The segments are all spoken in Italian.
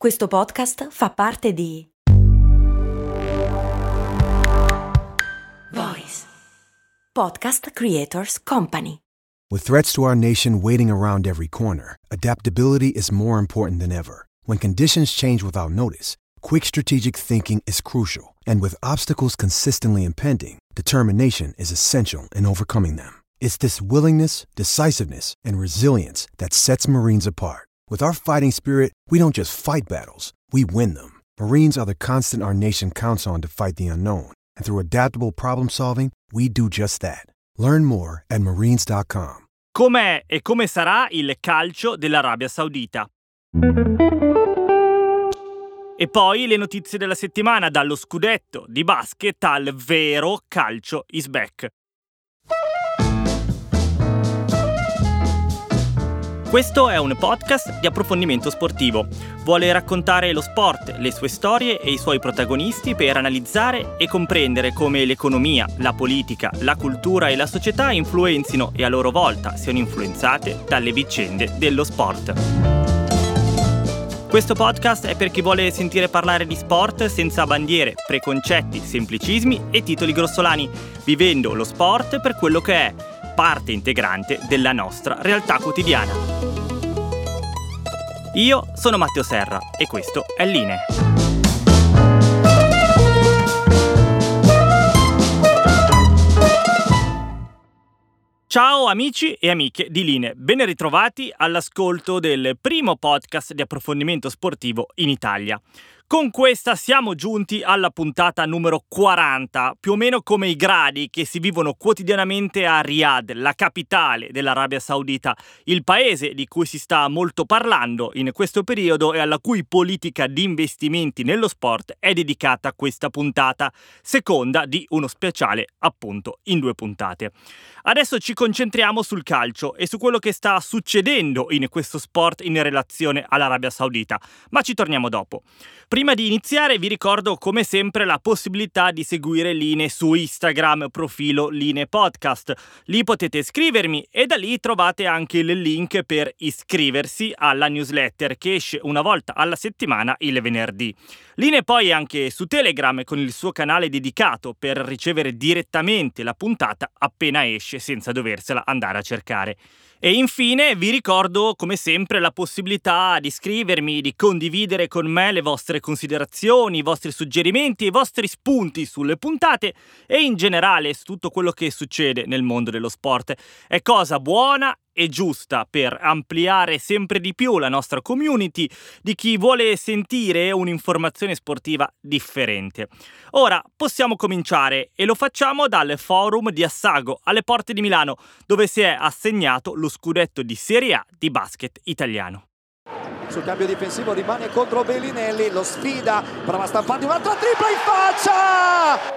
Questo podcast fa parte di Voice Podcast Creators Company. With threats to our nation waiting around every corner, adaptability is more important than ever. When conditions change without notice, quick strategic thinking is crucial. And with obstacles consistently impending, determination is essential in overcoming them. It's this willingness, decisiveness, and resilience that sets Marines apart. With our fighting spirit, we don't just fight battles, we win them. Marines are the constant our nation counts on to fight the unknown. And through adaptable problem solving, we do just that. Learn more at marines.com. Com'è e come sarà il calcio dell'Arabia Saudita? E poi le notizie della settimana, dallo scudetto di basket al vero calcio is back. Questo è un podcast di approfondimento sportivo. Vuole raccontare lo sport, le sue storie e i suoi protagonisti per analizzare e comprendere come l'economia, la politica, la cultura e la società influenzino e a loro volta siano influenzate dalle vicende dello sport. Questo podcast è per chi vuole sentire parlare di sport senza bandiere, preconcetti, semplicismi e titoli grossolani, vivendo lo sport per quello che è, parte integrante della nostra realtà quotidiana. Io sono Matteo Serra e questo è Linee. Ciao amici e amiche di Linee, ben ritrovati all'ascolto del primo podcast di approfondimento sportivo in Italia. Con questa siamo giunti alla puntata numero 40, più o meno come i gradi che si vivono quotidianamente a Riyadh, la capitale dell'Arabia Saudita, il paese di cui si sta molto parlando in questo periodo e alla cui politica di investimenti nello sport è dedicata questa puntata, seconda di uno speciale appunto in 2 puntate. Adesso ci concentriamo sul calcio e su quello che sta succedendo in questo sport in relazione all'Arabia Saudita, ma ci torniamo dopo. Prima di iniziare vi ricordo come sempre la possibilità di seguire Linee su Instagram, profilo Linee Podcast. Lì potete scrivermi e da lì trovate anche il link per iscriversi alla newsletter che esce una volta alla settimana il venerdì. Linee poi è anche su Telegram con il suo canale dedicato per ricevere direttamente la puntata appena esce senza doversela andare a cercare. E infine vi ricordo come sempre la possibilità di scrivermi, di condividere con me le vostre considerazioni, i vostri suggerimenti e i vostri spunti sulle puntate e in generale su tutto quello che succede nel mondo dello sport. È cosa buona e giusta per ampliare sempre di più la nostra community di chi vuole sentire un'informazione sportiva differente. Ora possiamo cominciare e lo facciamo dal forum di Assago alle porte di Milano, dove si è assegnato lo scudetto di Serie A di basket italiano. Sul cambio difensivo rimane contro Bellinelli, lo sfida, prova a stampargli un'altra tripla in faccia!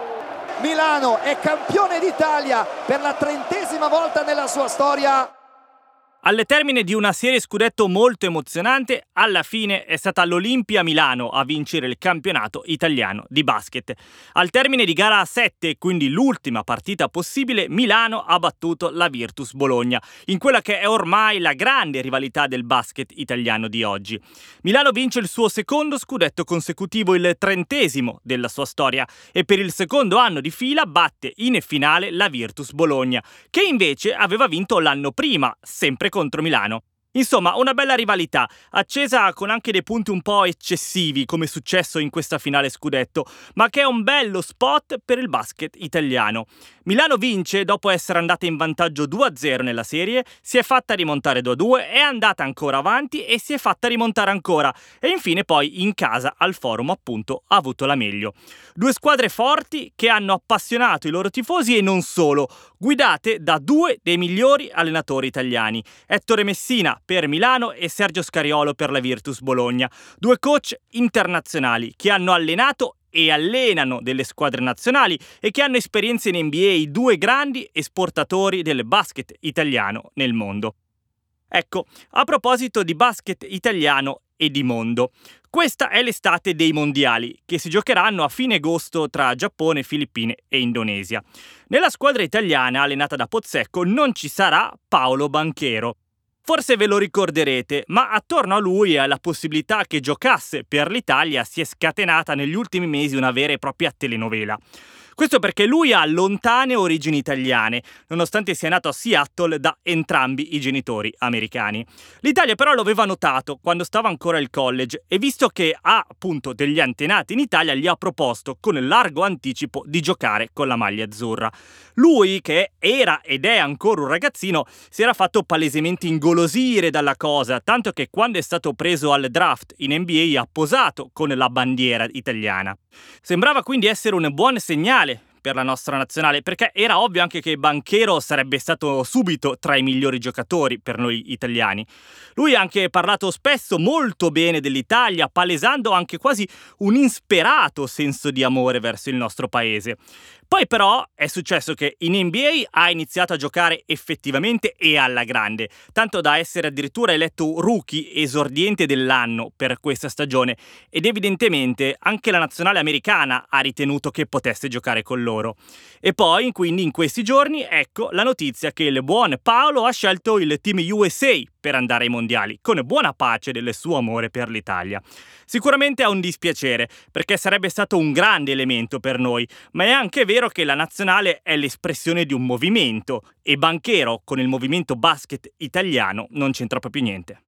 Milano è campione d'Italia per la 30ª volta nella sua storia. Al termine di una serie scudetto molto emozionante, alla fine è stata l'Olimpia Milano a vincere il campionato italiano di basket. Al termine di gara 7, quindi l'ultima partita possibile, Milano ha battuto la Virtus Bologna, in quella che è ormai la grande rivalità del basket italiano di oggi. Milano vince il suo secondo scudetto consecutivo, il 30° della sua storia, e per il secondo anno di fila batte in finale la Virtus Bologna, che invece aveva vinto l'anno prima, sempre contro Milano. Insomma, una bella rivalità, accesa con anche dei punti un po' eccessivi, come è successo in questa finale scudetto, ma che è un bello spot per il basket italiano. Milano vince dopo essere andata in vantaggio 2-0 nella serie, si è fatta rimontare 2-2, è andata ancora avanti e si è fatta rimontare ancora, e infine poi in casa al forum appunto ha avuto la meglio. 2 squadre forti che hanno appassionato i loro tifosi e non solo, guidate da 2 dei migliori allenatori italiani, Ettore Messina per Milano e Sergio Scariolo per la Virtus Bologna, 2 coach internazionali che hanno allenato e allenano delle squadre nazionali e che hanno esperienze in NBA, 2 grandi esportatori del basket italiano nel mondo. Ecco, a proposito di basket italiano e di mondo, questa è l'estate dei mondiali, che si giocheranno a fine agosto tra Giappone, Filippine e Indonesia. Nella squadra italiana allenata da Pozzecco non ci sarà Paolo Banchero. Forse ve lo ricorderete, ma attorno a lui e alla possibilità che giocasse per l'Italia si è scatenata negli ultimi mesi una vera e propria telenovela. Questo perché lui ha lontane origini italiane, nonostante sia nato a Seattle da entrambi i genitori americani. L'Italia però lo aveva notato quando stava ancora al college e visto che ha appunto degli antenati in Italia gli ha proposto con largo anticipo di giocare con la maglia azzurra. Lui, che era ed è ancora un ragazzino, si era fatto palesemente ingolosire dalla cosa, tanto che quando è stato preso al draft in NBA ha posato con la bandiera italiana. Sembrava quindi essere un buon segnale per la nostra nazionale, perché era ovvio anche che Banchero sarebbe stato subito tra i migliori giocatori per noi italiani. Lui ha anche parlato spesso molto bene dell'Italia, palesando anche quasi un insperato senso di amore verso il nostro paese. Poi però è successo che in NBA ha iniziato a giocare effettivamente e alla grande, tanto da essere addirittura eletto rookie esordiente dell'anno per questa stagione ed evidentemente anche la nazionale americana ha ritenuto che potesse giocare con loro. E poi, quindi in questi giorni, ecco la notizia che il buon Paolo ha scelto il team USA per andare ai mondiali, con buona pace del suo amore per l'Italia. Sicuramente ha un dispiacere, perché sarebbe stato un grande elemento per noi, ma è anche vero che la nazionale è l'espressione di un movimento e Banchero con il movimento basket italiano non c'entra proprio niente.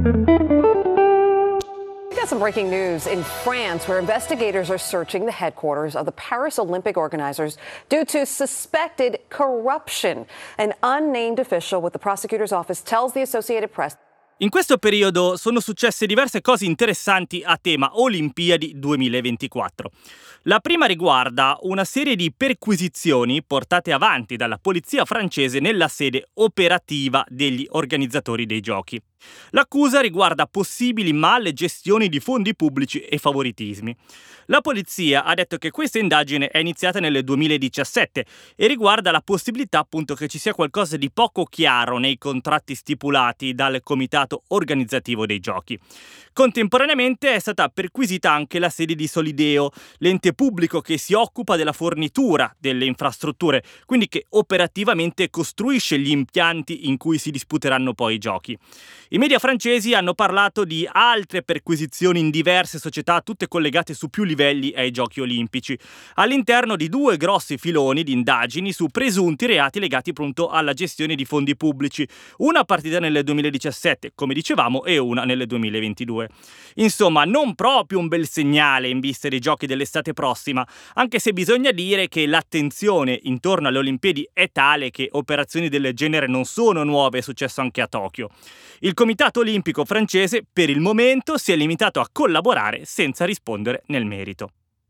We got some breaking news in France, where investigators are searching the headquarters of the Paris Olympic organizers due to suspected corruption. An unnamed official with the prosecutor's office tells the Associated Press. In questo periodo sono successe diverse cose interessanti a tema Olimpiadi 2024. La prima riguarda una serie di perquisizioni portate avanti dalla polizia francese nella sede operativa degli organizzatori dei giochi. L'accusa riguarda possibili male gestioni di fondi pubblici e favoritismi. La polizia ha detto che questa indagine è iniziata nel 2017 e riguarda la possibilità appunto che ci sia qualcosa di poco chiaro nei contratti stipulati dal comitato organizzativo dei giochi. Contemporaneamente è stata perquisita anche la sede di Solideo, l'ente pubblico che si occupa della fornitura delle infrastrutture, quindi che operativamente costruisce gli impianti in cui si disputeranno poi i giochi. I media francesi hanno parlato di altre perquisizioni in diverse società, tutte collegate su più livelli ai giochi olimpici, all'interno di due grossi filoni di indagini su presunti reati legati appunto alla gestione di fondi pubblici, una partita nel 2017, come dicevamo, e una nel 2022. Insomma, non proprio un bel segnale in vista dei giochi dell'estate prossima, anche se bisogna dire che l'attenzione intorno alle Olimpiadi è tale che operazioni del genere non sono nuove, è successo anche a Tokyo. Il Comitato Olimpico francese per il momento si è limitato a collaborare senza rispondere nel merito.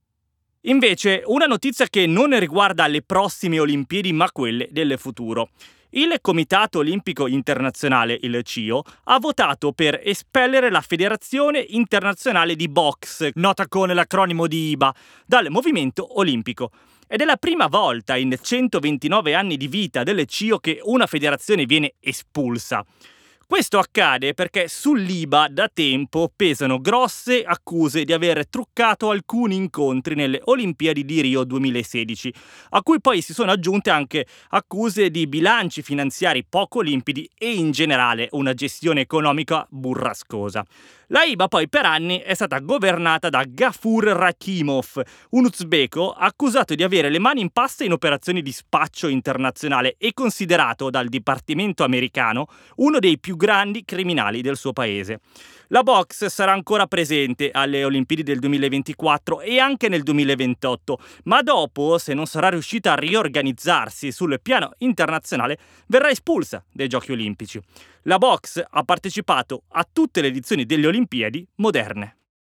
Invece, una notizia che non riguarda le prossime Olimpiadi ma quelle del futuro. Il Comitato Olimpico Internazionale, il CIO, ha votato per espellere la Federazione Internazionale di Box, nota con l'acronimo di IBA, dal movimento olimpico. Ed è la prima volta in 129 anni di vita del CIO che una federazione viene espulsa. Questo accade perché sull'IBA da tempo pesano grosse accuse di aver truccato alcuni incontri nelle Olimpiadi di Rio 2016, a cui poi si sono aggiunte anche accuse di bilanci finanziari poco limpidi e in generale una gestione economica burrascosa. La IBA poi per anni è stata governata da Gafur Rakimov, un uzbeko accusato di avere le mani in pasta in operazioni di spaccio internazionale e considerato dal Dipartimento americano uno dei più grandi criminali del suo paese. La box sarà ancora presente alle Olimpiadi del 2024 e anche nel 2028, ma dopo, se non sarà riuscita a riorganizzarsi sul piano internazionale, verrà espulsa dai Giochi Olimpici. La box ha partecipato a tutte le edizioni delle Olimpiadi moderne.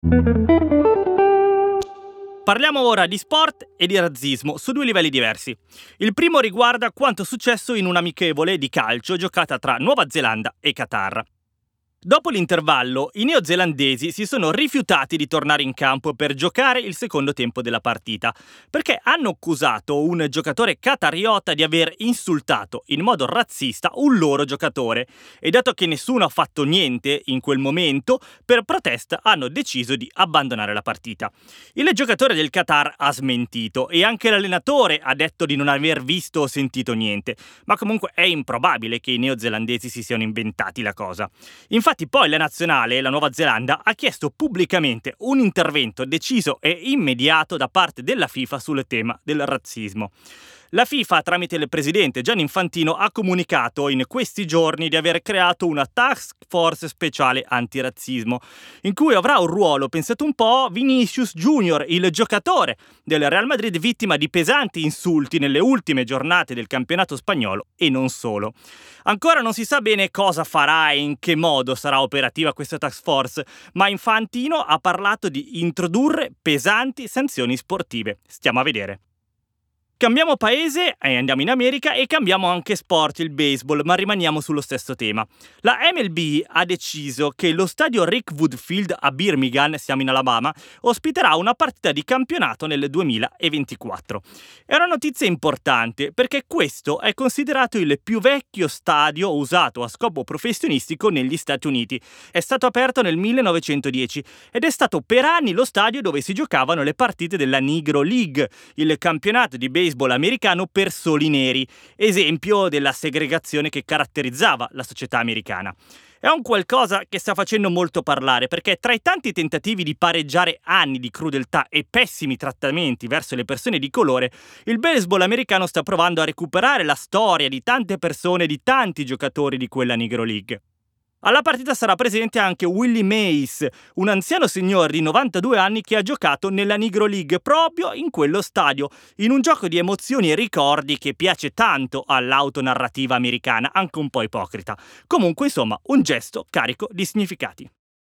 Parliamo ora di sport e di razzismo su due livelli diversi. Il primo riguarda quanto successo in un amichevole di calcio giocata tra Nuova Zelanda e Qatar. Dopo l'intervallo, i neozelandesi si sono rifiutati di tornare in campo per giocare il secondo tempo della partita, perché hanno accusato un giocatore qatariota di aver insultato in modo razzista un loro giocatore, e dato che nessuno ha fatto niente in quel momento, per protesta hanno deciso di abbandonare la partita. Il giocatore del Qatar ha smentito e anche l'allenatore ha detto di non aver visto o sentito niente, ma comunque è improbabile che i neozelandesi si siano inventati la cosa. Infatti poi la nazionale, la Nuova Zelanda, ha chiesto pubblicamente un intervento deciso e immediato da parte della FIFA sul tema del razzismo. La FIFA, tramite il presidente Gianni Infantino, ha comunicato in questi giorni di aver creato una task force speciale antirazzismo, in cui avrà un ruolo, pensate un po', Vinicius Junior, il giocatore del Real Madrid vittima di pesanti insulti nelle ultime giornate del campionato spagnolo e non solo. Ancora non si sa bene cosa farà e in che modo sarà operativa questa task force, ma Infantino ha parlato di introdurre pesanti sanzioni sportive. Stiamo a vedere. Cambiamo paese e andiamo in America e cambiamo anche sport, il baseball, ma rimaniamo sullo stesso tema. La MLB ha deciso che lo stadio Rick Wood Field a Birmingham, siamo in Alabama, ospiterà una partita di campionato nel 2024. È una notizia importante perché questo è considerato il più vecchio stadio usato a scopo professionistico negli Stati Uniti. È stato aperto nel 1910 ed è stato per anni lo stadio dove si giocavano le partite della Negro League, il campionato di baseball americano per soli neri, esempio della segregazione che caratterizzava la società americana. È un qualcosa che sta facendo molto parlare, perché tra i tanti tentativi di pareggiare anni di crudeltà e pessimi trattamenti verso le persone di colore, il baseball americano sta provando a recuperare la storia di tante persone, di tanti giocatori di quella Negro League. Alla partita sarà presente anche Willie Mays, un anziano signore di 92 anni che ha giocato nella Negro League proprio in quello stadio, in un gioco di emozioni e ricordi che piace tanto all'autonarrativa americana, anche un po' ipocrita. Comunque, insomma, un gesto carico di significati.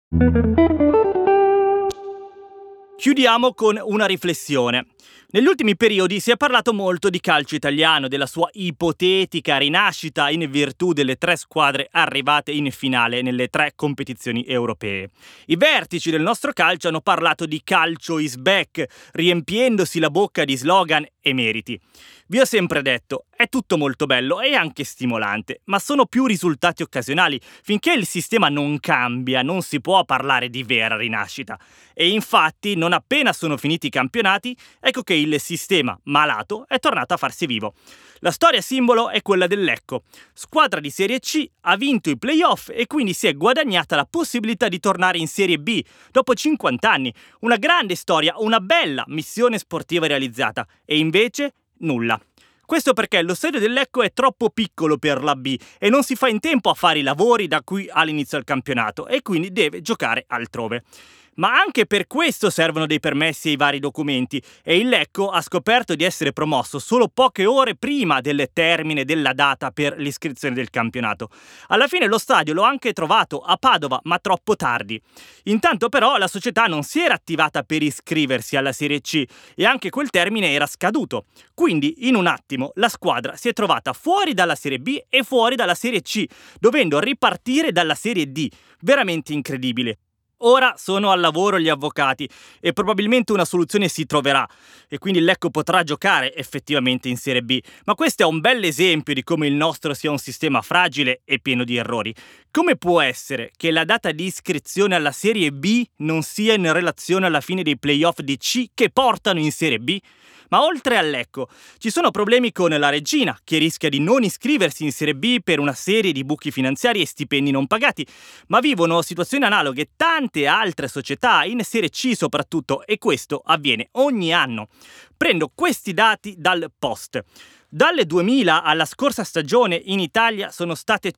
Chiudiamo con una riflessione. Negli ultimi periodi si è parlato molto di calcio italiano, della sua ipotetica rinascita in virtù delle 3 squadre arrivate in finale nelle 3 competizioni europee. I vertici del nostro calcio hanno parlato di calcio is back, riempiendosi la bocca di slogan e meriti. Vi ho sempre detto, è tutto molto bello e anche stimolante, ma sono più risultati occasionali. Finché il sistema non cambia, non si può parlare di vera rinascita. E infatti, non appena sono finiti i campionati, ecco che il sistema malato è tornato a farsi vivo. La storia simbolo è quella del Lecco. Squadra di Serie C, ha vinto i playoff e quindi si è guadagnata la possibilità di tornare in Serie B dopo 50 anni. Una grande storia, una bella missione sportiva realizzata. E invece nulla. Questo perché lo stadio del Lecco è troppo piccolo per la B e non si fa in tempo a fare i lavori da qui all'inizio del campionato e quindi deve giocare altrove. Ma anche per questo servono dei permessi ai vari documenti e il Lecco ha scoperto di essere promosso solo poche ore prima del termine della data per l'iscrizione del campionato. Alla fine lo stadio l'ho anche trovato a Padova, ma troppo tardi. Intanto però la società non si era attivata per iscriversi alla Serie C e anche quel termine era scaduto. Quindi in un attimo la squadra si è trovata fuori dalla Serie B e fuori dalla Serie C, dovendo ripartire dalla Serie D. Veramente incredibile. Ora sono al lavoro gli avvocati e probabilmente una soluzione si troverà e quindi il Lecco potrà giocare effettivamente in Serie B, ma questo è un bel esempio di come il nostro sia un sistema fragile e pieno di errori. Come può essere che la data di iscrizione alla Serie B non sia in relazione alla fine dei playoff di C che portano in Serie B? Ma oltre al Lecco, ci sono problemi con la Reggina, che rischia di non iscriversi in Serie B per una serie di buchi finanziari e stipendi non pagati, ma vivono situazioni analoghe tante altre società, in Serie C soprattutto, e questo avviene ogni anno. Prendo questi dati dal Post. Dalle 2000 alla scorsa stagione in Italia sono state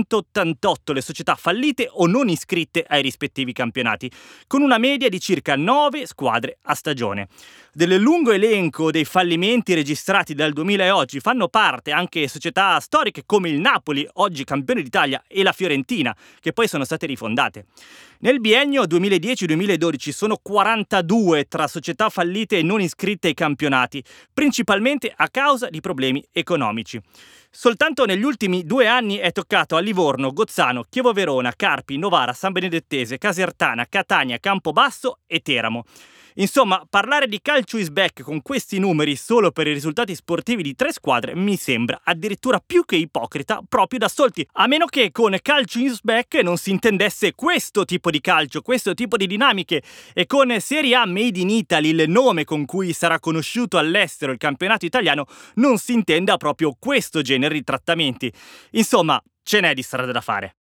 188 le società fallite o non iscritte ai rispettivi campionati, con una media di circa 9 squadre a stagione. Del lungo elenco dei fallimenti registrati dal 2000 a oggi fanno parte anche società storiche come il Napoli, oggi campione d'Italia, e la Fiorentina, che poi sono state rifondate. Nel biennio 2010-2012 sono 42 tra società fallite e non iscritte ai campionati, principalmente a causa di problemi economici. Soltanto negli ultimi 2 anni è toccato a Livorno, Gozzano, Chievo Verona, Carpi, Novara, San Benedettese, Casertana, Catania, Campobasso e Teramo. Insomma, parlare di calcio is back con questi numeri solo per i risultati sportivi di 3 squadre mi sembra addirittura più che ipocrita proprio da Solti, a meno che con calcio is back non si intendesse questo tipo di calcio, questo tipo di dinamiche, e con Serie A Made in Italy, il nome con cui sarà conosciuto all'estero il campionato italiano, non si intenda proprio questo genere di trattamenti. Insomma, ce n'è di strada da fare.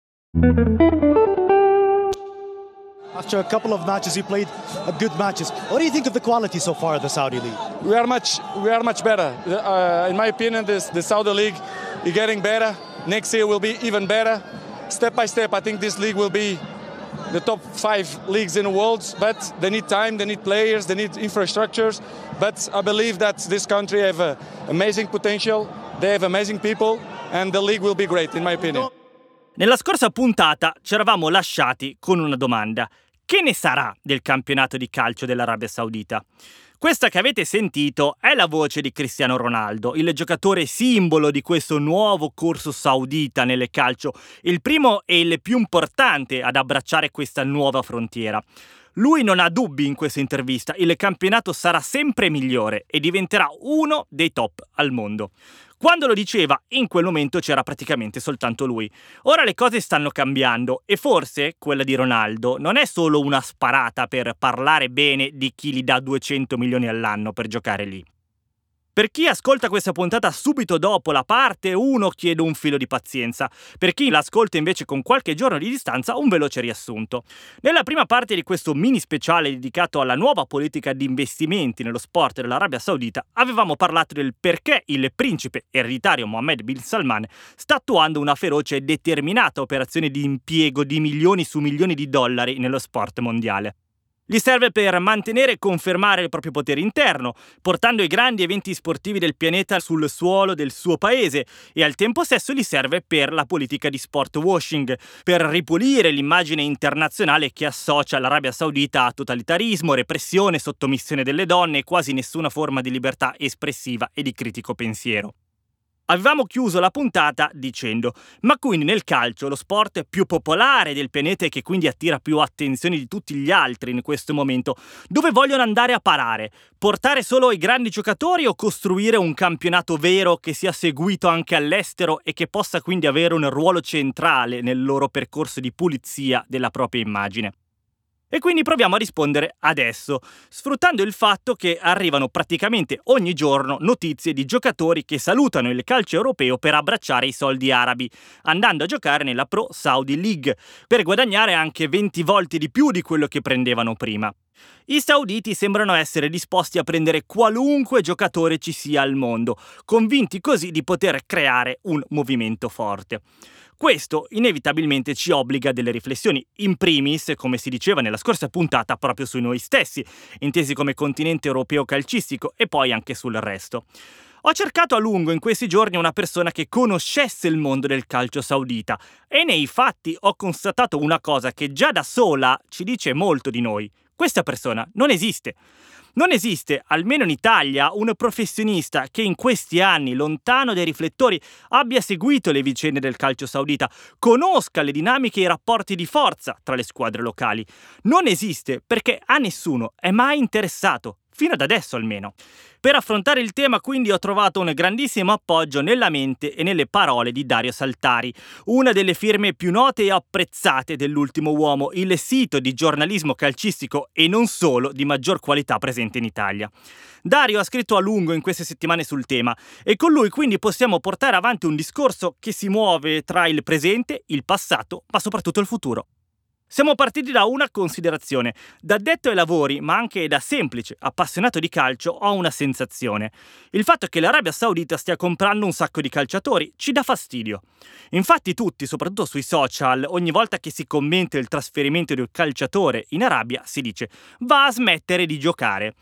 After a couple of matches, he played good matches. What do you think of the quality so far of the Saudi league? We are much better. In my opinion, the Saudi league is getting better. Next year will be even better. Step by step, I think this league will be the top 5 leagues in the world. But they need time, they need players, they need infrastructures. But I believe that this country have amazing potential. They have amazing people, and the league will be great, in my opinion. Nella scorsa puntata ci eravamo lasciati con una domanda. Che ne sarà del campionato di calcio dell'Arabia Saudita? Questa che avete sentito è la voce di Cristiano Ronaldo, il giocatore simbolo di questo nuovo corso saudita nel calcio, il primo e il più importante ad abbracciare questa nuova frontiera. Lui non ha dubbi in questa intervista, il campionato sarà sempre migliore e diventerà uno dei top al mondo. Quando lo diceva, in quel momento c'era praticamente soltanto lui. Ora le cose stanno cambiando e forse quella di Ronaldo non è solo una sparata per parlare bene di chi gli dà 200 milioni all'anno per giocare lì. Per chi ascolta questa puntata subito dopo la parte 1 chiedo un filo di pazienza, per chi l'ascolta invece con qualche giorno di distanza un veloce riassunto. Nella prima parte di questo mini speciale dedicato alla nuova politica di investimenti nello sport dell'Arabia Saudita avevamo parlato del perché il principe ereditario Mohammed bin Salman sta attuando una feroce e determinata operazione di impiego di milioni su milioni di dollari nello sport mondiale. Gli serve per mantenere e confermare il proprio potere interno, portando i grandi eventi sportivi del pianeta sul suolo del suo paese, e al tempo stesso gli serve per la politica di sport washing, per ripulire l'immagine internazionale che associa l'Arabia Saudita a totalitarismo, repressione, sottomissione delle donne e quasi nessuna forma di libertà espressiva e di critico pensiero. Avevamo chiuso la puntata dicendo: ma quindi nel calcio, lo sport più popolare del pianeta e che quindi attira più attenzione di tutti gli altri in questo momento, dove vogliono andare a parare? Portare solo i grandi giocatori o costruire un campionato vero che sia seguito anche all'estero e che possa quindi avere un ruolo centrale nel loro percorso di pulizia della propria immagine? E quindi proviamo a rispondere adesso, sfruttando il fatto che arrivano praticamente ogni giorno notizie di giocatori che salutano il calcio europeo per abbracciare i soldi arabi, andando a giocare nella Pro Saudi League, per guadagnare anche 20 volte di più di quello che prendevano prima. I sauditi sembrano essere disposti a prendere qualunque giocatore ci sia al mondo, convinti così di poter creare un movimento forte. Questo inevitabilmente ci obbliga a delle riflessioni, in primis, come si diceva nella scorsa puntata, proprio su noi stessi, intesi come continente europeo calcistico, e poi anche sul resto. Ho cercato a lungo in questi giorni una persona che conoscesse il mondo del calcio saudita e nei fatti ho constatato una cosa che già da sola ci dice molto di noi. Questa persona non esiste. Non esiste, almeno in Italia, un professionista che in questi anni, lontano dai riflettori, abbia seguito le vicende del calcio saudita, conosca le dinamiche e i rapporti di forza tra le squadre locali. Non esiste perché a nessuno è mai interessato, fino ad adesso almeno. Per affrontare il tema quindi ho trovato un grandissimo appoggio nella mente e nelle parole di Dario Saltari, una delle firme più note e apprezzate dell'Ultimo Uomo, il sito di giornalismo calcistico e non solo di maggior qualità presente in Italia. Dario ha scritto a lungo in queste settimane sul tema e con lui quindi possiamo portare avanti un discorso che si muove tra il presente, il passato, ma soprattutto il futuro. Siamo partiti da una considerazione. Da addetto ai lavori, ma anche da semplice appassionato di calcio, ho una sensazione. Il fatto che l'Arabia Saudita stia comprando un sacco di calciatori ci dà fastidio. Infatti tutti, soprattutto sui social, ogni volta che si commenta il trasferimento di un calciatore in Arabia, si dice: va a smettere di giocare.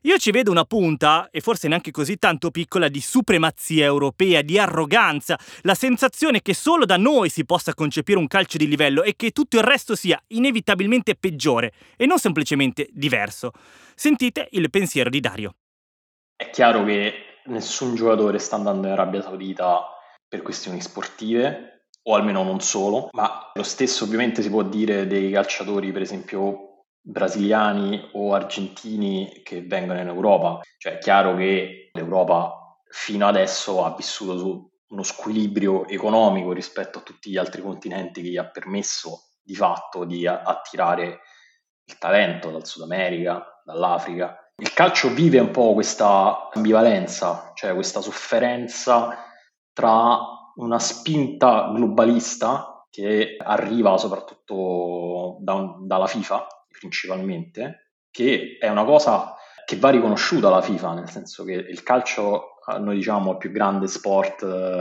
Io ci vedo una punta, e forse neanche così tanto piccola, di supremazia europea, di arroganza, la sensazione che solo da noi si possa concepire un calcio di livello e che tutto il resto sia inevitabilmente peggiore e non semplicemente diverso. Sentite il pensiero di Dario. È chiaro che nessun giocatore sta andando in Arabia Saudita per questioni sportive, o almeno non solo, ma lo stesso ovviamente si può dire dei calciatori, per esempio brasiliani o argentini che vengono in Europa. Cioè è chiaro che l'Europa fino adesso ha vissuto su uno squilibrio economico rispetto a tutti gli altri continenti che gli ha permesso di fatto di attirare il talento dal Sud America, dall'Africa. Il calcio vive un po' questa ambivalenza, cioè questa sofferenza tra una spinta globalista che arriva soprattutto dalla FIFA principalmente, che è una cosa che va riconosciuta alla FIFA, nel senso che il calcio, noi diciamo, è il più grande sport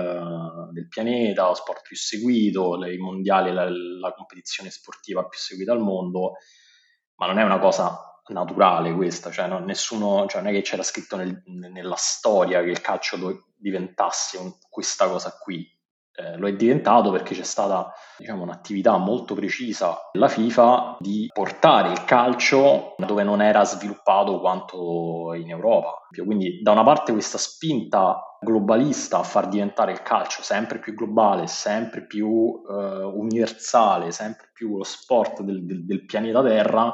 del pianeta, lo sport più seguito, i mondiali, la competizione sportiva più seguita al mondo, ma non è una cosa naturale questa, cioè non è che c'era scritto nella storia che il calcio diventasse questa cosa qui. Lo è diventato perché c'è stata, diciamo, un'attività molto precisa della FIFA di portare il calcio dove non era sviluppato quanto in Europa. Quindi da una parte questa spinta globalista a far diventare il calcio sempre più globale, sempre più universale, sempre più lo sport del pianeta Terra,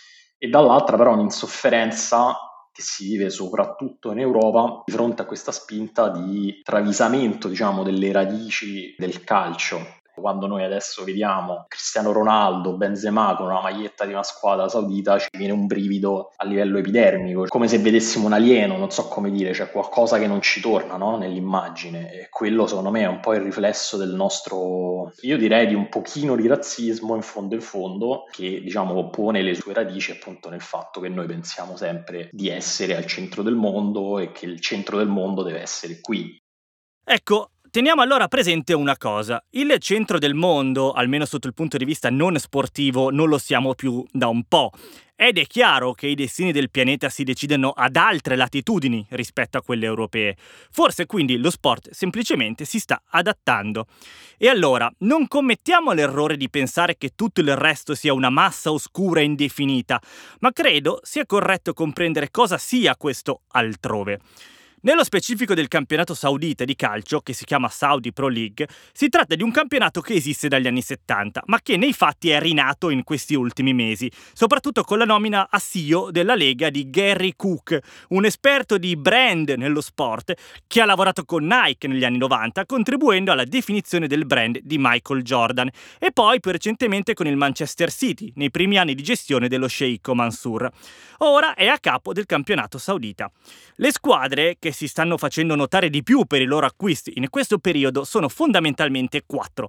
e dall'altra però un'insofferenza che si vive soprattutto in Europa di fronte a questa spinta di travisamento, diciamo, delle radici del calcio. Quando noi adesso vediamo Cristiano Ronaldo, Benzema con una maglietta di una squadra saudita, ci viene un brivido a livello epidermico, come se vedessimo un alieno, non so come dire, c'è qualcosa che non ci torna, no? Nell'immagine, e quello secondo me è un po' il riflesso del nostro, io direi di un pochino di razzismo in fondo, che diciamo pone le sue radici appunto nel fatto che noi pensiamo sempre di essere al centro del mondo e che il centro del mondo deve essere qui. Ecco, teniamo allora presente una cosa: il centro del mondo, almeno sotto il punto di vista non sportivo, non lo siamo più da un po'. Ed è chiaro che i destini del pianeta si decidono ad altre latitudini rispetto a quelle europee. Forse quindi lo sport semplicemente si sta adattando. E allora, non commettiamo l'errore di pensare che tutto il resto sia una massa oscura e indefinita, ma credo sia corretto comprendere cosa sia questo altrove. Nello specifico del campionato saudita di calcio, che si chiama Saudi Pro League, si tratta di un campionato che esiste dagli anni 70, ma che nei fatti è rinato in questi ultimi mesi, soprattutto con la nomina a CEO della Lega di Gary Cook, un esperto di brand nello sport che ha lavorato con Nike negli anni 90, contribuendo alla definizione del brand di Michael Jordan, e poi più recentemente con il Manchester City, nei primi anni di gestione dello sceicco Mansour. Ora è a capo del campionato saudita. Le squadre che si stanno facendo notare di più per i loro acquisti in questo periodo sono fondamentalmente 4.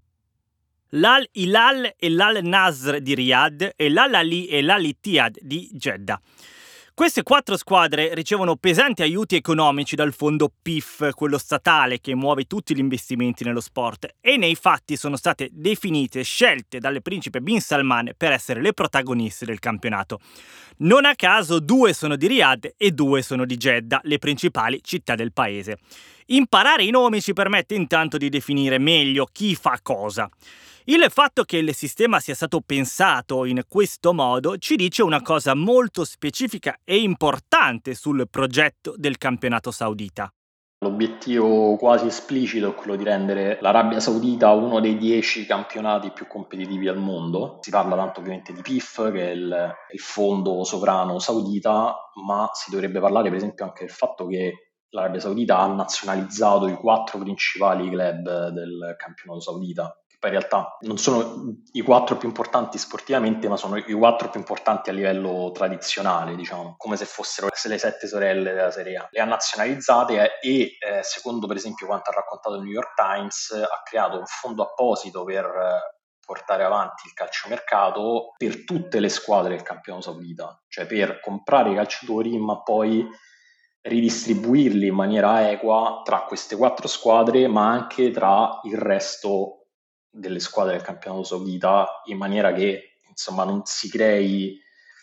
L'Al Hilal e l'Al Nasr di Riyadh e l'Al Ahly e l'Al Ittihad di Jeddah. Queste 4 squadre ricevono pesanti aiuti economici dal fondo PIF, quello statale che muove tutti gli investimenti nello sport, e nei fatti sono state definite e scelte dal principe Bin Salman per essere le protagoniste del campionato. Non a caso 2 sono di Riyadh e 2 sono di Jeddah, le principali città del paese. Imparare i nomi ci permette intanto di definire meglio chi fa cosa. Il fatto che il sistema sia stato pensato in questo modo ci dice una cosa molto specifica e importante sul progetto del campionato saudita. L'obiettivo quasi esplicito è quello di rendere l'Arabia Saudita uno dei 10 campionati più competitivi al mondo. Si parla tanto ovviamente di PIF, che è il fondo sovrano saudita, ma si dovrebbe parlare per esempio anche del fatto che l'Arabia Saudita ha nazionalizzato i 4 principali club del campionato saudita. In realtà non sono i 4 più importanti sportivamente, ma sono i 4 più importanti a livello tradizionale, diciamo, come se fossero le 7 sorelle della Serie A. Le ha nazionalizzate e secondo per esempio quanto ha raccontato il New York Times, ha creato un fondo apposito per portare avanti il calciomercato per tutte le squadre del campionato saudita, cioè per comprare i calciatori ma poi ridistribuirli in maniera equa tra queste 4 squadre, ma anche tra il resto delle squadre del campionato saudita, in maniera che insomma non si crei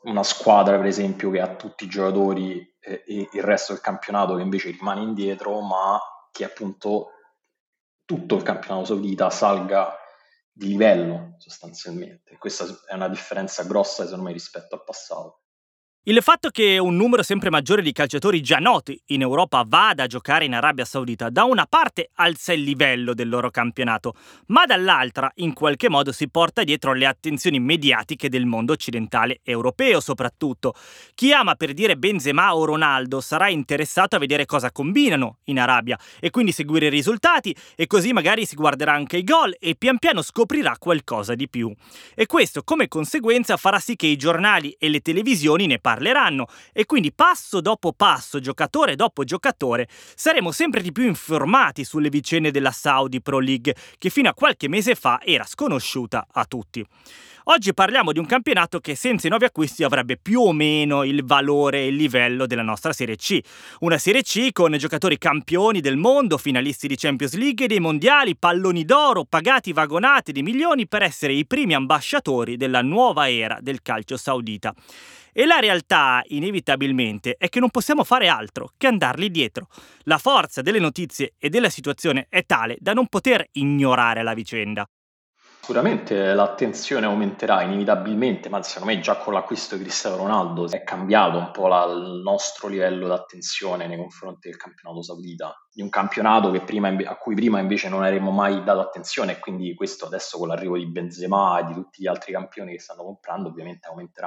una squadra per esempio che ha tutti i giocatori e il resto del campionato che invece rimane indietro, ma che appunto tutto il campionato saudita salga di livello sostanzialmente. Questa è una differenza grossa secondo me rispetto al passato. Il fatto che un numero sempre maggiore di calciatori già noti in Europa vada a giocare in Arabia Saudita da una parte alza il livello del loro campionato, ma dall'altra in qualche modo si porta dietro le attenzioni mediatiche del mondo occidentale europeo soprattutto. Chi ama per dire Benzema o Ronaldo sarà interessato a vedere cosa combinano in Arabia e quindi seguire i risultati, e così magari si guarderà anche i gol e pian piano scoprirà qualcosa di più. E questo come conseguenza farà sì che i giornali e le televisioni ne parleranno e quindi passo dopo passo, giocatore dopo giocatore, saremo sempre di più informati sulle vicende della Saudi Pro League, che fino a qualche mese fa era sconosciuta a tutti. Oggi parliamo di un campionato che senza i nuovi acquisti avrebbe più o meno il valore e il livello della nostra Serie C. Una Serie C con giocatori campioni del mondo, finalisti di Champions League e dei mondiali, palloni d'oro, pagati vagonate di milioni per essere i primi ambasciatori della nuova era del calcio saudita. E la realtà, inevitabilmente, è che non possiamo fare altro che andarli dietro. La forza delle notizie e della situazione è tale da non poter ignorare la vicenda. Sicuramente l'attenzione aumenterà inevitabilmente, ma secondo me già con l'acquisto di Cristiano Ronaldo è cambiato un po' il nostro livello di attenzione nei confronti del campionato saudita, di un campionato che a cui prima invece non avremmo mai dato attenzione, e quindi questo adesso con l'arrivo di Benzema e di tutti gli altri campioni che stanno comprando ovviamente aumenterà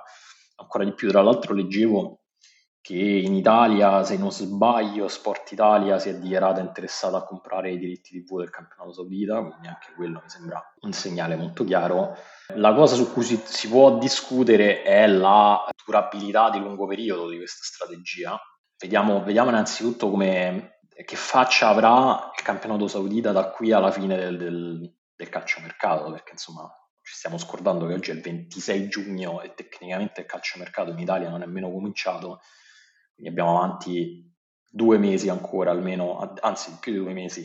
ancora di più. Tra l'altro leggevo che in Italia, se non sbaglio, Sport Italia si è dichiarata interessata a comprare i diritti TV del campionato saudita, quindi anche quello mi sembra un segnale molto chiaro. La cosa su cui si può discutere è la durabilità di lungo periodo di questa strategia. Vediamo innanzitutto che faccia avrà il campionato saudita da qui alla fine del calciomercato, perché insomma ci stiamo scordando che oggi è il 26 giugno e tecnicamente il calciomercato in Italia non è nemmeno cominciato. Quindi abbiamo avanti 2 mesi ancora, almeno, anzi più di 2 mesi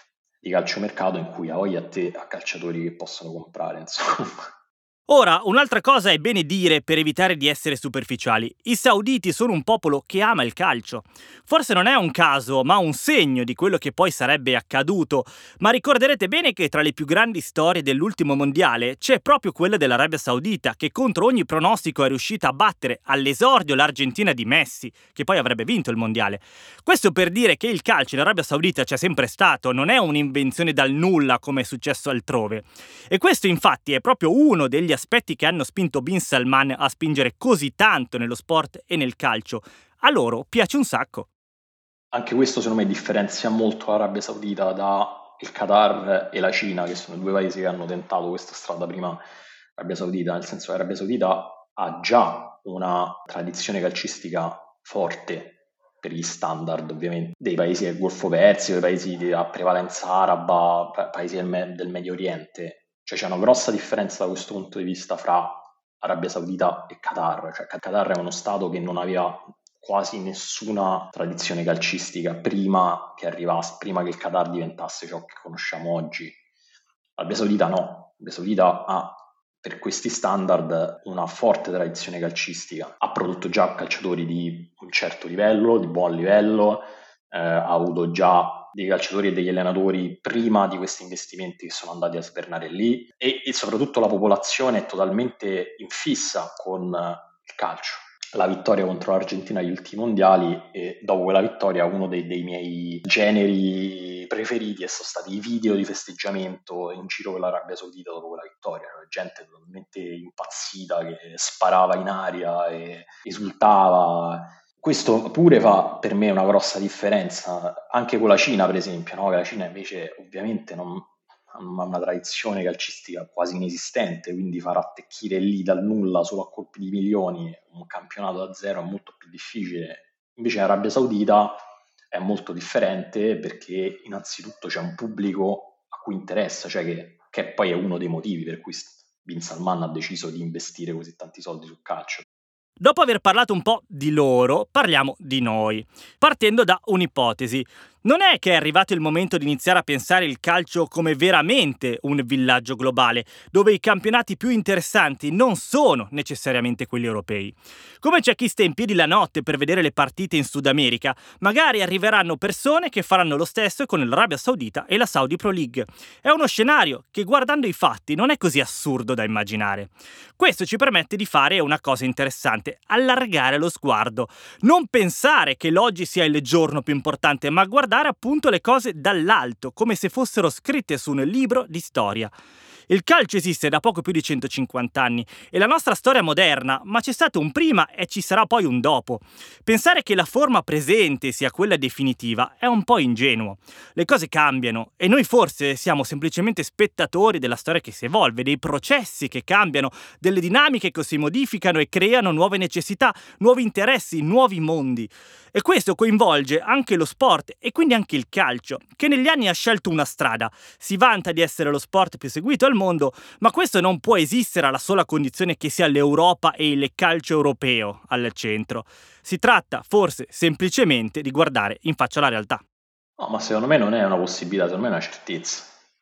di calciomercato in cui hai a te a calciatori che possono comprare, insomma. Ora, un'altra cosa è bene dire per evitare di essere superficiali. I sauditi sono un popolo che ama il calcio. Forse non è un caso, ma un segno di quello che poi sarebbe accaduto. Ma ricorderete bene che tra le più grandi storie dell'ultimo mondiale c'è proprio quella dell'Arabia Saudita, che contro ogni pronostico è riuscita a battere all'esordio l'Argentina di Messi, che poi avrebbe vinto il mondiale. Questo per dire che il calcio in Arabia Saudita c'è sempre stato, non è un'invenzione dal nulla come è successo altrove. E questo infatti è proprio uno degli aspetti che hanno spinto Bin Salman a spingere così tanto nello sport e nel calcio. A loro piace un sacco. Anche questo secondo me differenzia molto l'Arabia Saudita da il Qatar e la Cina, che sono 2 paesi che hanno tentato questa strada prima l'Arabia Saudita, nel senso che l'Arabia Saudita ha già una tradizione calcistica forte per gli standard ovviamente dei paesi del Golfo Persico, dei paesi a prevalenza araba, paesi del Medio Oriente. Cioè c'è una grossa differenza da questo punto di vista fra Arabia Saudita e Qatar. Cioè Qatar è uno stato che non aveva quasi nessuna tradizione calcistica prima che il Qatar diventasse ciò che conosciamo oggi. L'Arabia Saudita no, l'Arabia Saudita ha per questi standard una forte tradizione calcistica, ha prodotto già calciatori di un certo livello, di buon livello, ha avuto già dei calciatori e degli allenatori prima di questi investimenti che sono andati a svernare lì, e soprattutto la popolazione è totalmente in fissa con il calcio. La vittoria contro l'Argentina agli ultimi mondiali, e dopo quella vittoria uno dei miei generi preferiti sono stati i video di festeggiamento in giro per l'Arabia Saudita dopo quella vittoria. Gente totalmente impazzita che sparava in aria e esultava. Questo pure fa per me una grossa differenza anche con la Cina, per esempio, no? Che la Cina invece ovviamente non ha una tradizione calcistica quasi inesistente, quindi far attecchire lì dal nulla solo a colpi di milioni un campionato da zero è molto più difficile. Invece l'Arabia Saudita è molto differente perché innanzitutto c'è un pubblico a cui interessa, cioè che poi è uno dei motivi per cui Bin Salman ha deciso di investire così tanti soldi sul calcio. Dopo aver parlato un po' di loro, parliamo di noi, partendo da un'ipotesi. Non è che è arrivato il momento di iniziare a pensare il calcio come veramente un villaggio globale, dove i campionati più interessanti non sono necessariamente quelli europei. Come c'è chi sta in piedi la notte per vedere le partite in Sud America, magari arriveranno persone che faranno lo stesso con l'Arabia Saudita e la Saudi Pro League. È uno scenario che, guardando i fatti, non è così assurdo da immaginare. Questo ci permette di fare una cosa interessante: allargare lo sguardo. Non pensare che l'oggi sia il giorno più importante, ma guardare appunto le cose dall'alto, come se fossero scritte su un libro di storia. Il calcio esiste da poco più di 150 anni, è la nostra storia moderna, ma c'è stato un prima e ci sarà poi un dopo. Pensare che la forma presente sia quella definitiva è un po' ingenuo. Le cose cambiano e noi forse siamo semplicemente spettatori della storia che si evolve, dei processi che cambiano, delle dinamiche che si modificano e creano nuove necessità, nuovi interessi, nuovi mondi. E questo coinvolge anche lo sport e quindi anche il calcio, che negli anni ha scelto una strada. Si vanta di essere lo sport più seguito al mondo, ma questo non può esistere alla sola condizione che sia l'Europa e il calcio europeo al centro. Si tratta forse semplicemente di guardare in faccia alla realtà. No, ma secondo me non è una possibilità, secondo me è una certezza.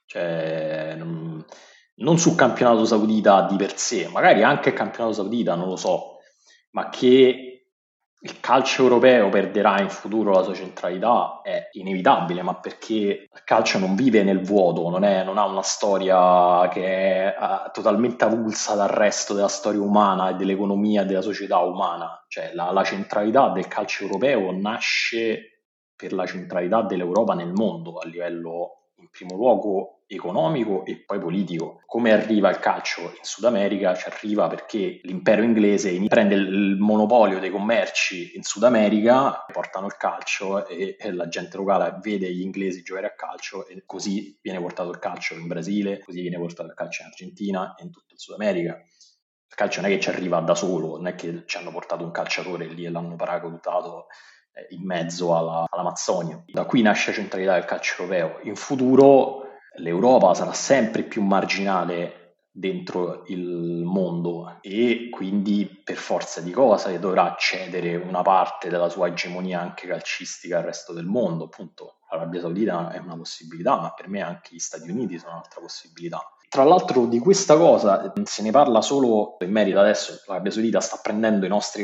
Cioè, non sul campionato saudita di per sé, magari anche il campionato saudita, non lo so, ma che il calcio europeo perderà in futuro la sua centralità è inevitabile, ma perché il calcio non vive nel vuoto, non ha una storia che è totalmente avulsa dal resto della storia umana e dell'economia e della società umana. Cioè la centralità del calcio europeo nasce per la centralità dell'Europa nel mondo, a livello in primo luogo economico e poi politico. Come arriva il calcio in Sud America? Ci arriva perché l'impero inglese prende il monopolio dei commerci in Sud America, portano il calcio e la gente locale vede gli inglesi giocare a calcio e così viene portato il calcio in Brasile, così viene portato il calcio in Argentina e in tutto il Sud America. Il calcio non è che ci arriva da solo, non è che ci hanno portato un calciatore lì e l'hanno paracadutato in mezzo all'Amazzonia. Da qui nasce la centralità del calcio europeo. In futuro l'Europa sarà sempre più marginale dentro il mondo e quindi per forza di cose dovrà cedere una parte della sua egemonia anche calcistica al resto del mondo. Appunto, l'Arabia Saudita è una possibilità, ma per me anche gli Stati Uniti sono un'altra possibilità. Tra l'altro di questa cosa se ne parla solo in merito adesso, l'Arabia Saudita sta prendendo i nostri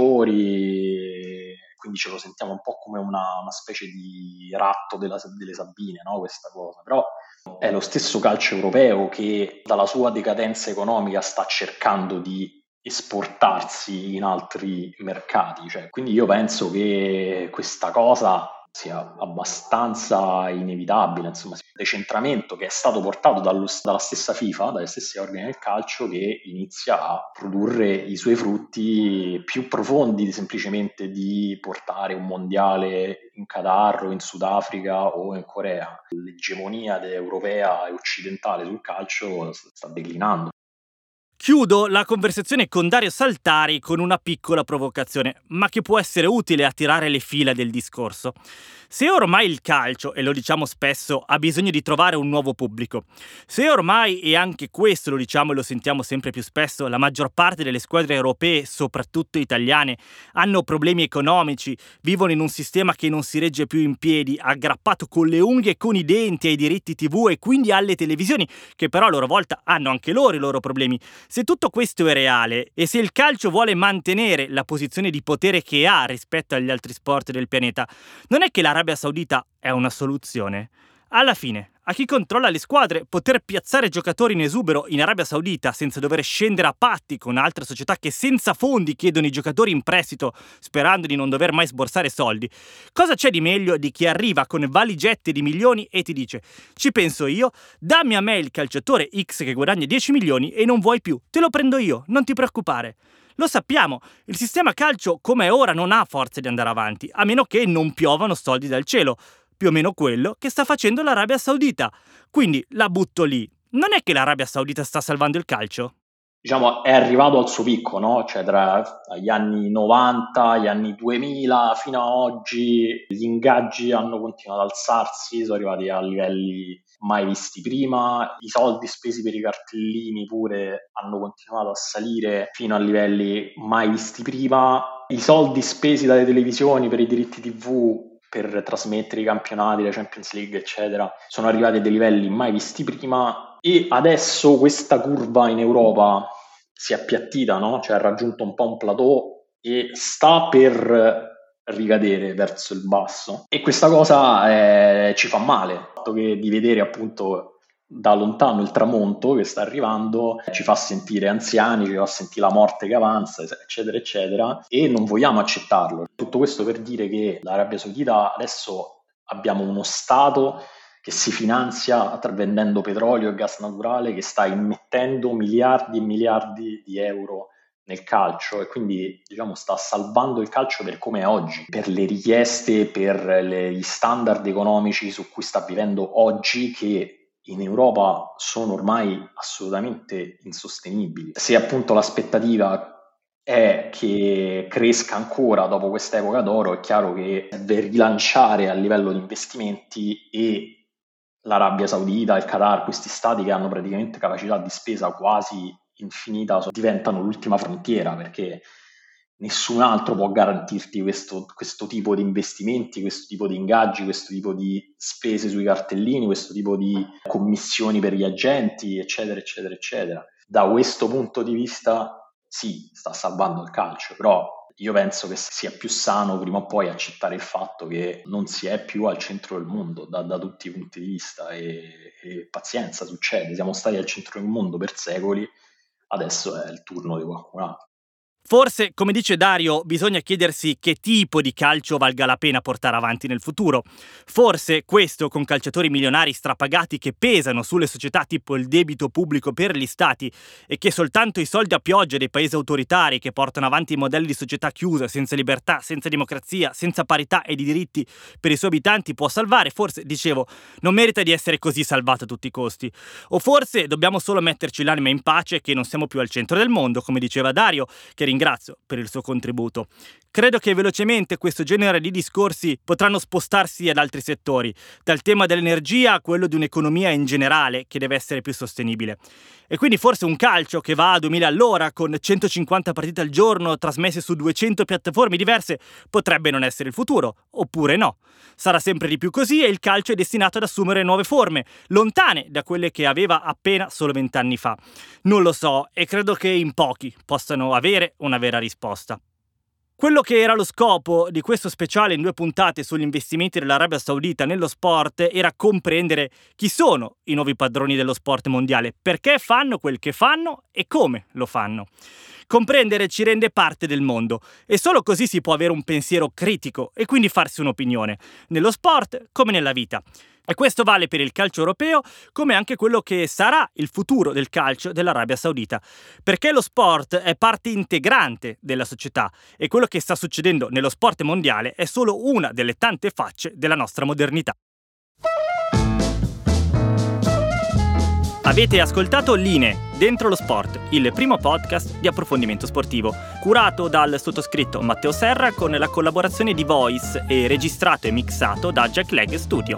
calciatori, quindi ce lo sentiamo un po' come una specie di ratto delle Sabine, no? Questa cosa, però è lo stesso calcio europeo che dalla sua decadenza economica sta cercando di esportarsi in altri mercati, cioè, quindi io penso che questa cosa sia abbastanza inevitabile, insomma, il decentramento che è stato portato dalla stessa FIFA, dalle stesse organi del calcio, che inizia a produrre i suoi frutti più profondi semplicemente di portare un mondiale in Qatar o in Sudafrica o in Corea. L'egemonia europea e occidentale sul calcio sta declinando. Chiudo la conversazione con Dario Saltari con una piccola provocazione, ma che può essere utile a tirare le fila del discorso. Se ormai il calcio, e lo diciamo spesso, ha bisogno di trovare un nuovo pubblico, se ormai, e anche questo lo diciamo e lo sentiamo sempre più spesso, la maggior parte delle squadre europee, soprattutto italiane, hanno problemi economici, vivono in un sistema che non si regge più in piedi, aggrappato con le unghie e con i denti ai diritti TV e quindi alle televisioni, che però a loro volta hanno anche loro i loro problemi. Se tutto questo è reale e se il calcio vuole mantenere la posizione di potere che ha rispetto agli altri sport del pianeta, non è che l'Arabia Saudita è una soluzione? Alla fine, a chi controlla le squadre, poter piazzare giocatori in esubero in Arabia Saudita senza dover scendere a patti con altre società che senza fondi chiedono i giocatori in prestito sperando di non dover mai sborsare soldi, cosa c'è di meglio di chi arriva con valigette di milioni e ti dice: ci penso io, dammi a me il calciatore X che guadagna 10 milioni e non vuoi più, te lo prendo io, non ti preoccupare. Lo sappiamo, il sistema calcio come è ora non ha forza di andare avanti, a meno che non piovano soldi dal cielo, più o meno quello che sta facendo l'Arabia Saudita. Quindi la butto lì. Non è che l'Arabia Saudita sta salvando il calcio? Diciamo, è arrivato al suo picco, no? Cioè tra gli anni 90, gli anni 2000, fino a oggi gli ingaggi hanno continuato ad alzarsi, sono arrivati a livelli mai visti prima, i soldi spesi per i cartellini pure hanno continuato a salire fino a livelli mai visti prima, i soldi spesi dalle televisioni per i diritti TV per trasmettere i campionati, la Champions League, eccetera, sono arrivati a dei livelli mai visti prima, e adesso questa curva in Europa si è appiattita, no? Cioè ha raggiunto un po' un plateau e sta per ricadere verso il basso, e questa cosa ci fa male, il fatto di vedere appunto da lontano il tramonto che sta arrivando ci fa sentire anziani, ci fa sentire la morte che avanza, eccetera eccetera, e non vogliamo accettarlo. Tutto questo per dire che l'Arabia Saudita adesso abbiamo uno stato che si finanzia vendendo petrolio e gas naturale, che sta immettendo miliardi e miliardi di euro nel calcio, e quindi diciamo sta salvando il calcio per come è oggi, per le richieste, per gli standard economici su cui sta vivendo oggi, che in Europa sono ormai assolutamente insostenibili. Se appunto l'aspettativa è che cresca ancora dopo questa epoca d'oro, è chiaro che deve rilanciare a livello di investimenti, e l'Arabia Saudita, il Qatar, questi stati che hanno praticamente capacità di spesa quasi infinita, diventano l'ultima frontiera, perché nessun altro può garantirti questo tipo di investimenti, questo tipo di ingaggi, questo tipo di spese sui cartellini, questo tipo di commissioni per gli agenti, eccetera, eccetera, eccetera. Da questo punto di vista sì, sta salvando il calcio, però io penso che sia più sano prima o poi accettare il fatto che non si è più al centro del mondo da tutti i punti di vista, e pazienza, succede, siamo stati al centro del mondo per secoli, adesso è il turno di qualcun altro. Forse, come dice Dario, bisogna chiedersi che tipo di calcio valga la pena portare avanti nel futuro. Forse questo con calciatori milionari strapagati che pesano sulle società, tipo il debito pubblico per gli stati, e che soltanto i soldi a pioggia dei paesi autoritari che portano avanti i modelli di società chiusa, senza libertà, senza democrazia, senza parità e di diritti per i suoi abitanti può salvare, forse, dicevo, non merita di essere così salvato a tutti i costi. O forse dobbiamo solo metterci l'anima in pace che non siamo più al centro del mondo, come diceva Dario, che ringrazio per il suo contributo. Credo che velocemente questo genere di discorsi potranno spostarsi ad altri settori, dal tema dell'energia a quello di un'economia in generale che deve essere più sostenibile. E quindi forse un calcio che va a 2000 all'ora, con 150 partite al giorno trasmesse su 200 piattaforme diverse, potrebbe non essere il futuro, oppure no. Sarà sempre di più così, e il calcio è destinato ad assumere nuove forme, lontane da quelle che aveva appena solo 20 anni fa. Non lo so, e credo che in pochi possano avere una vera risposta. Quello che era lo scopo di questo speciale in 2 puntate sugli investimenti dell'Arabia Saudita nello sport era comprendere chi sono i nuovi padroni dello sport mondiale, perché fanno quel che fanno e come lo fanno. Comprendere ci rende parte del mondo, e solo così si può avere un pensiero critico e quindi farsi un'opinione, nello sport come nella vita. E questo vale per il calcio europeo, come anche quello che sarà il futuro del calcio dell'Arabia Saudita. Perché lo sport è parte integrante della società, e quello che sta succedendo nello sport mondiale è solo una delle tante facce della nostra modernità. Avete ascoltato Linee Dentro lo Sport, il primo podcast di approfondimento sportivo, curato dal sottoscritto Matteo Serra con la collaborazione di Voice e registrato e mixato da Jack Leg Studio.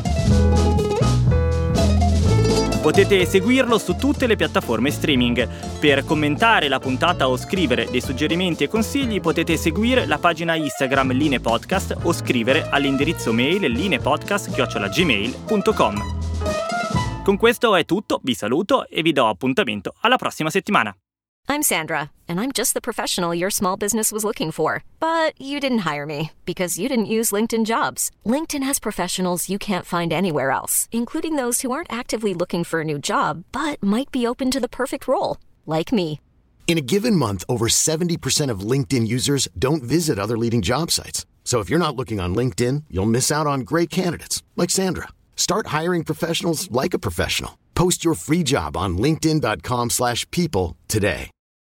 Potete seguirlo su tutte le piattaforme streaming. Per commentare la puntata o scrivere dei suggerimenti e consigli potete seguire la pagina Instagram Linee Podcast o scrivere all'indirizzo mail lineepodcast@gmail.com. Con questo è tutto, vi saluto e vi do appuntamento alla prossima settimana. I'm Sandra, and I'm just the professional your small business was looking for. But you didn't hire me because you didn't use LinkedIn Jobs. LinkedIn has professionals you can't find anywhere else, including those who aren't actively looking for a new job, but might be open to the perfect role, like me. In a given month, over 70% of LinkedIn users don't visit other leading job sites. So if you're not looking on LinkedIn, you'll miss out on great candidates, like Sandra. Start hiring professionals like a professional. Post your free job on linkedin.com/people today.